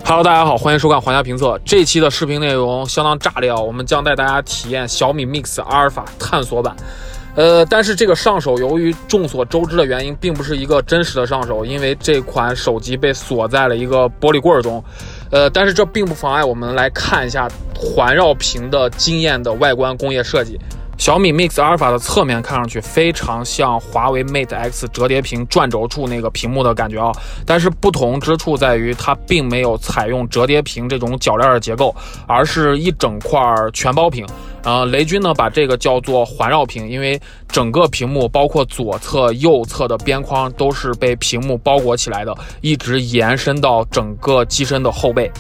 Hello， 大家好，欢迎收看皇家评测。这期的视频内容相当炸裂啊，我们将带大家体验小米 Mix 阿尔法探索版。但是这个上手由于众所周知的原因，并不是一个真实的上手，因为这款手机被锁在了一个玻璃柜中。但是这并不妨碍我们来看一下环绕屏的惊艳的外观工业设计。小米 Mix 阿尔法的侧面看上去非常像华为 Mate X 折叠屏转轴处那个屏幕的感觉啊，但是不同之处在于它并没有采用折叠屏这种铰链的结构，而是一整块全包屏。雷军呢把这个叫做环绕屏，因为整个屏幕包括左侧、右侧的边框都是被屏幕包裹起来的，一直延伸到整个机身的后背。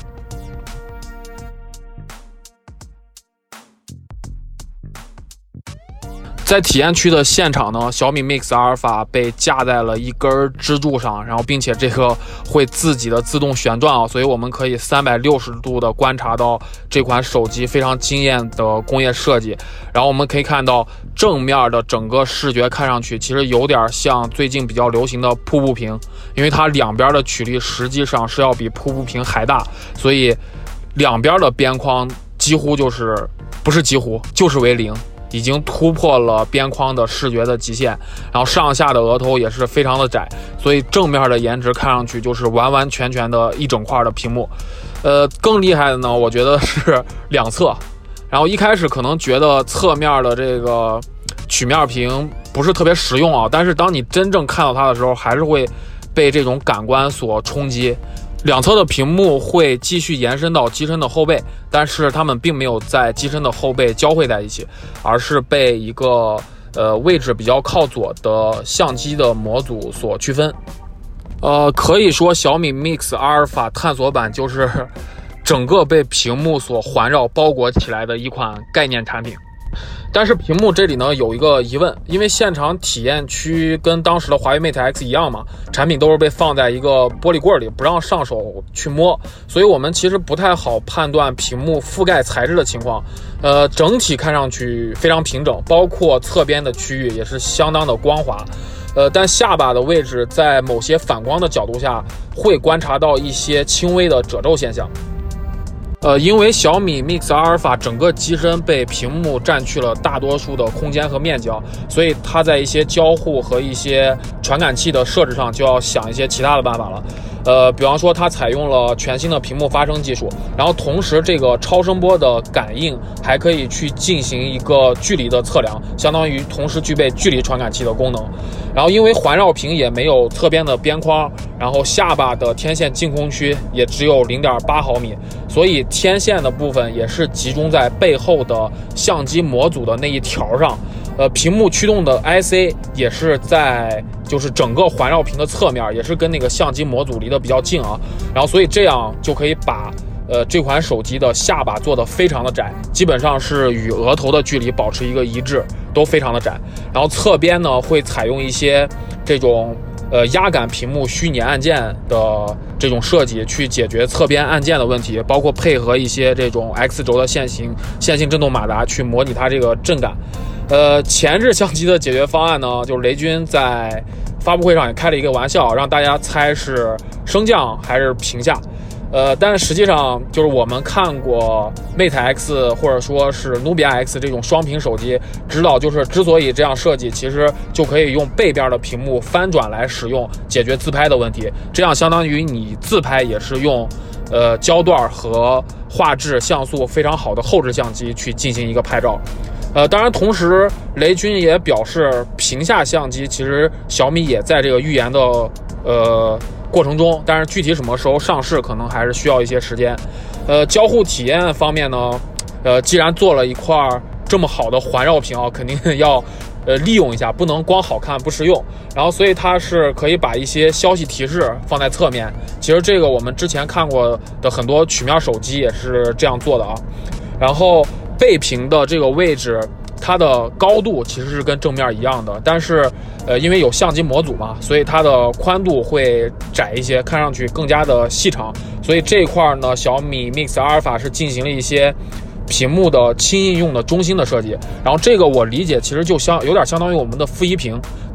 在体验区的现场呢，小米 Mix 阿尔法被架在了一根支柱上，然后并且这个会自己的自动旋转啊，所以我们可以360度的观察到这款手机非常惊艳的工业设计。然后我们可以看到正面的整个视觉看上去其实有点像最近比较流行的瀑布屏，因为它两边的曲率实际上是要比瀑布屏还大，所以两边的边框几乎就是为零。已经突破了边框的视觉的极限，然后上下的额头也是非常的窄，所以正面的颜值看上去就是完完全全的一整块的屏幕。更厉害的呢，我觉得是两侧。然后一开始可能觉得侧面的这个曲面屏不是特别实用啊，但是当你真正看到它的时候，还是会被这种感官所冲击。两侧的屏幕会继续延伸到机身的后背，但是它们并没有在机身的后背交汇在一起，而是被一个位置比较靠左的相机的模组所区分。可以说小米 Mix 阿尔法探索版就是整个被屏幕所环绕包裹起来的一款概念产品。但是屏幕这里呢有一个疑问，因为现场体验区跟当时的华为 Mate X 一样嘛，产品都是被放在一个玻璃柜里，不让上手去摸，所以我们其实不太好判断屏幕覆盖材质的情况。整体看上去非常平整，包括侧边的区域也是相当的光滑。但下巴的位置在某些反光的角度下会观察到一些轻微的褶皱现象。因为小米 Mix 阿尔法整个机身被屏幕占据了大多数的空间和面积，所以它在一些交互和一些传感器的设置上就要想一些其他的办法了。比方说它采用了全新的屏幕发声技术，然后同时这个超声波的感应还可以去进行一个距离的测量，相当于同时具备距离传感器的功能。然后因为环绕屏也没有侧边的边框，然后下巴的天线净空区也只有 0.8 毫米，所以天线的部分也是集中在背后的相机模组的那一条上。屏幕驱动的 IC 也是在就是整个环绕屏的侧面，也是跟那个相机模组离得比较近啊。然后所以这样就可以把这款手机的下巴做得非常的窄，基本上是与额头的距离保持一个一致，都非常的窄。然后侧边呢会采用一些这种压感屏幕虚拟按键的这种设计，去解决侧边按键的问题，包括配合一些这种 X 轴的线性振动马达去模拟它这个震感。前置相机的解决方案呢，就是雷军在发布会上也开了一个玩笑，让大家猜是升降还是屏下。但是实际上就是我们看过 Mate X 或者说是 Nubia X 这种双屏手机，知道就是之所以这样设计，其实就可以用背边的屏幕翻转来使用，解决自拍的问题。这样相当于你自拍也是用焦段和画质像素非常好的后置相机去进行一个拍照。当然同时雷军也表示屏下相机其实小米也在这个预研的过程中，但是具体什么时候上市可能还是需要一些时间。交互体验方面呢，既然做了一块这么好的环绕屏啊，肯定要利用一下，不能光好看不实用。然后所以它是可以把一些消息提示放在侧面，其实这个我们之前看过的很多曲面手机也是这样做的啊。然后背屏的这个位置，它的高度其实是跟正面一样的，但是因为有相机模组嘛，所以它的宽度会窄一些，看上去更加的细长。所以这一块呢，小米 Mix 阿尔法是进行了一些屏幕的轻应用的中心的设计。然后这个我理解其实就有点相当于我们的负一屏，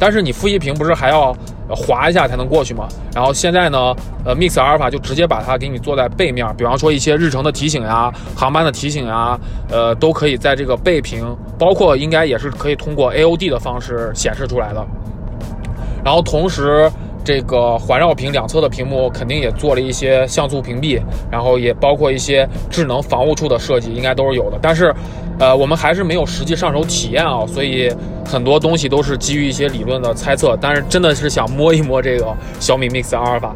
但是你负一屏不是还要滑一下才能过去吗？然后现在呢，Mix Alpha 就直接把它给你做在背面，比方说一些日程的提醒呀、航班的提醒呀，都可以在这个背屏，包括应该也是可以通过 AOD 的方式显示出来的。然后同时，这个环绕屏两侧的屏幕肯定也做了一些像素屏蔽，然后也包括一些智能防护处的设计，应该都是有的。但是，我们还是没有实际上手体验啊，所以很多东西都是基于一些理论的猜测。但是真的是想摸一摸这个小米 Mix Alpha。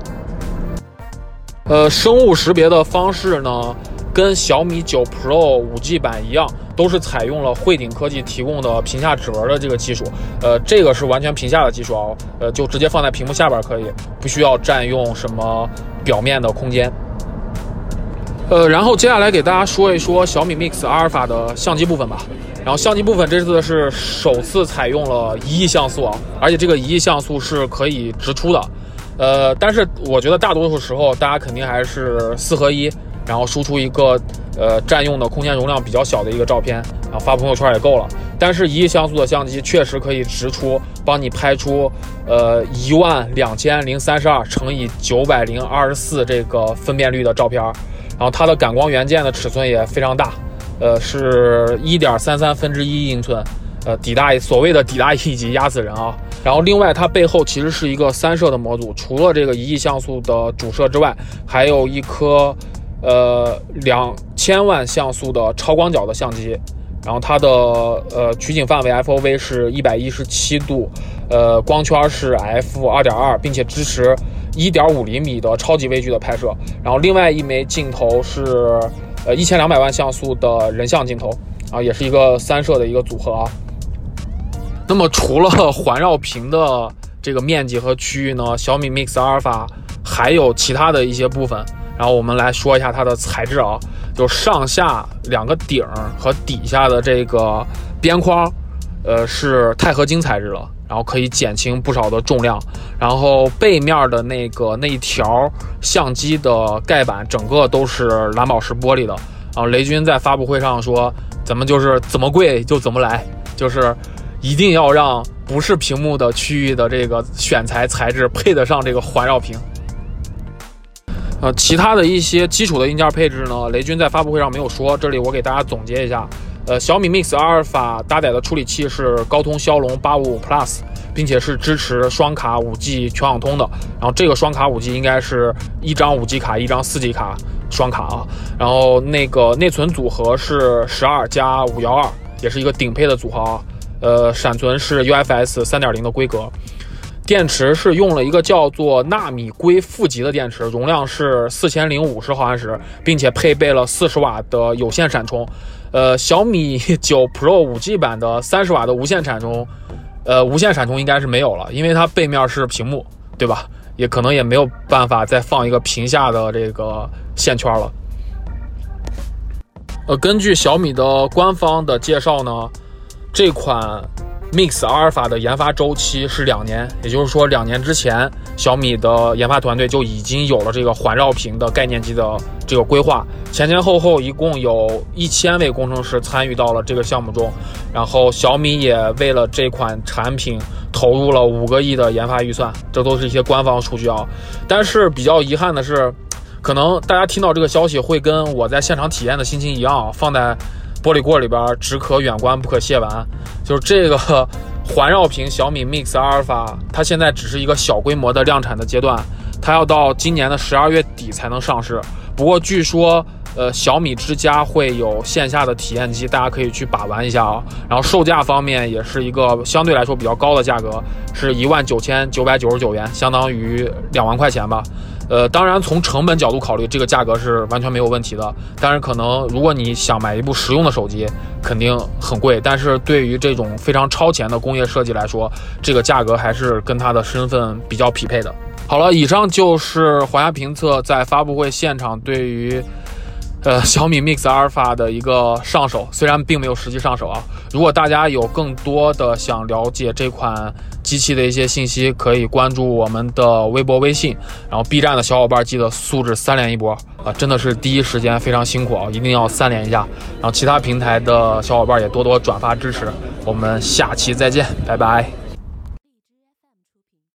生物识别的方式呢，跟小米9 Pro 5G 版一样，都是采用了汇顶科技提供的屏下指纹的这个技术。这个是完全屏下的技术啊，就直接放在屏幕下边可以，不需要占用什么表面的空间。然后接下来给大家说一说小米 Mix Alpha 的相机部分吧。然后相机部分这次是首次采用了1亿像素啊，而且这个1亿像素是可以直出的。但是我觉得大多数时候大家肯定还是4合1，然后输出一个占用的空间容量比较小的一个照片，然后发朋友圈也够了。但是1亿像素的相机确实可以直出，帮你拍出12032乘以924这个分辨率的照片。然后它的感光元件的尺寸也非常大，是1.33英寸，所谓的底大1级压死人啊。然后另外它背后其实是一个3摄的模组，除了这个1亿像素的主摄之外，还有一颗2000万像素的超广角的相机。然后它的取景范围 FOV 是117度，光圈是 f2.2， 并且支持1.5厘米的超级微距的拍摄。然后另外一枚镜头是1200万像素的人像镜头啊，也是一个3摄的一个组合啊。那么除了环绕屏的这个面积和区域呢，小米 Mix Alpha 还有其他的一些部分。然后我们来说一下它的材质啊，就上下2个顶和底下的这个边框，是钛合金材质了，然后可以减轻不少的重量。然后背面的那一条相机的盖板整个都是蓝宝石玻璃的。然后雷军在发布会上说，咱们就是怎么贵就怎么来，就是一定要让不是屏幕的区域的这个选材质配得上这个环绕屏。其他的一些基础的硬件配置呢，雷军在发布会上没有说，这里我给大家总结一下。小米 Mix Alpha 搭载的处理器是高通骁龙855 Plus， 并且是支持双卡 5G 全网通的。然后这个双卡 5G 应该是一张5G 卡，一张4G 卡双卡啊。然后那个内存组合是12加512，也是一个顶配的组合啊。闪存是 UFS 3.0 的规格。电池是用了一个叫做纳米硅负极的电池，容量是4050毫安时，并且配备了40瓦的有线闪充。小米9 Pro 5G 版的30瓦的无线闪充，无线闪充应该是没有了，因为它背面是屏幕，对吧？也可能也没有办法再放一个屏下的这个线圈了。根据小米的官方的介绍呢，这款Mix Alpha 的研发周期是2年，也就是说2年之前，小米的研发团队就已经有了这个环绕屏的概念机的这个规划。前后一共有1000位工程师参与到了这个项目中，然后小米也为了这款产品投入了5个亿的研发预算，这都是一些官方数据啊。但是比较遗憾的是，可能大家听到这个消息会跟我在现场体验的心情一样，放在玻璃锅里边只可远观不可亵玩。就是这个环绕屏小米 Mix Alpha， 它现在只是一个小规模的量产的阶段，它要到今年的12月底才能上市。不过据说小米之家会有线下的体验机，大家可以去把玩一下啊。然后售价方面也是一个相对来说比较高的价格，是19999元，相当于2万块钱吧。当然从成本角度考虑，这个价格是完全没有问题的。但是可能如果你想买一部实用的手机，肯定很贵。但是对于这种非常超前的工业设计来说，这个价格还是跟它的身份比较匹配的。好了，以上就是华夏评测在发布会现场对于小米 Mix Alpha 的一个上手，虽然并没有实际上手啊。如果大家有更多的想了解这款机器的一些信息，可以关注我们的微博微信，然后 B 站的小伙伴记得素质3连一波啊，真的是第一时间非常辛苦啊，一定要3连一下。然后其他平台的小伙伴也多多转发支持，我们下期再见，拜拜。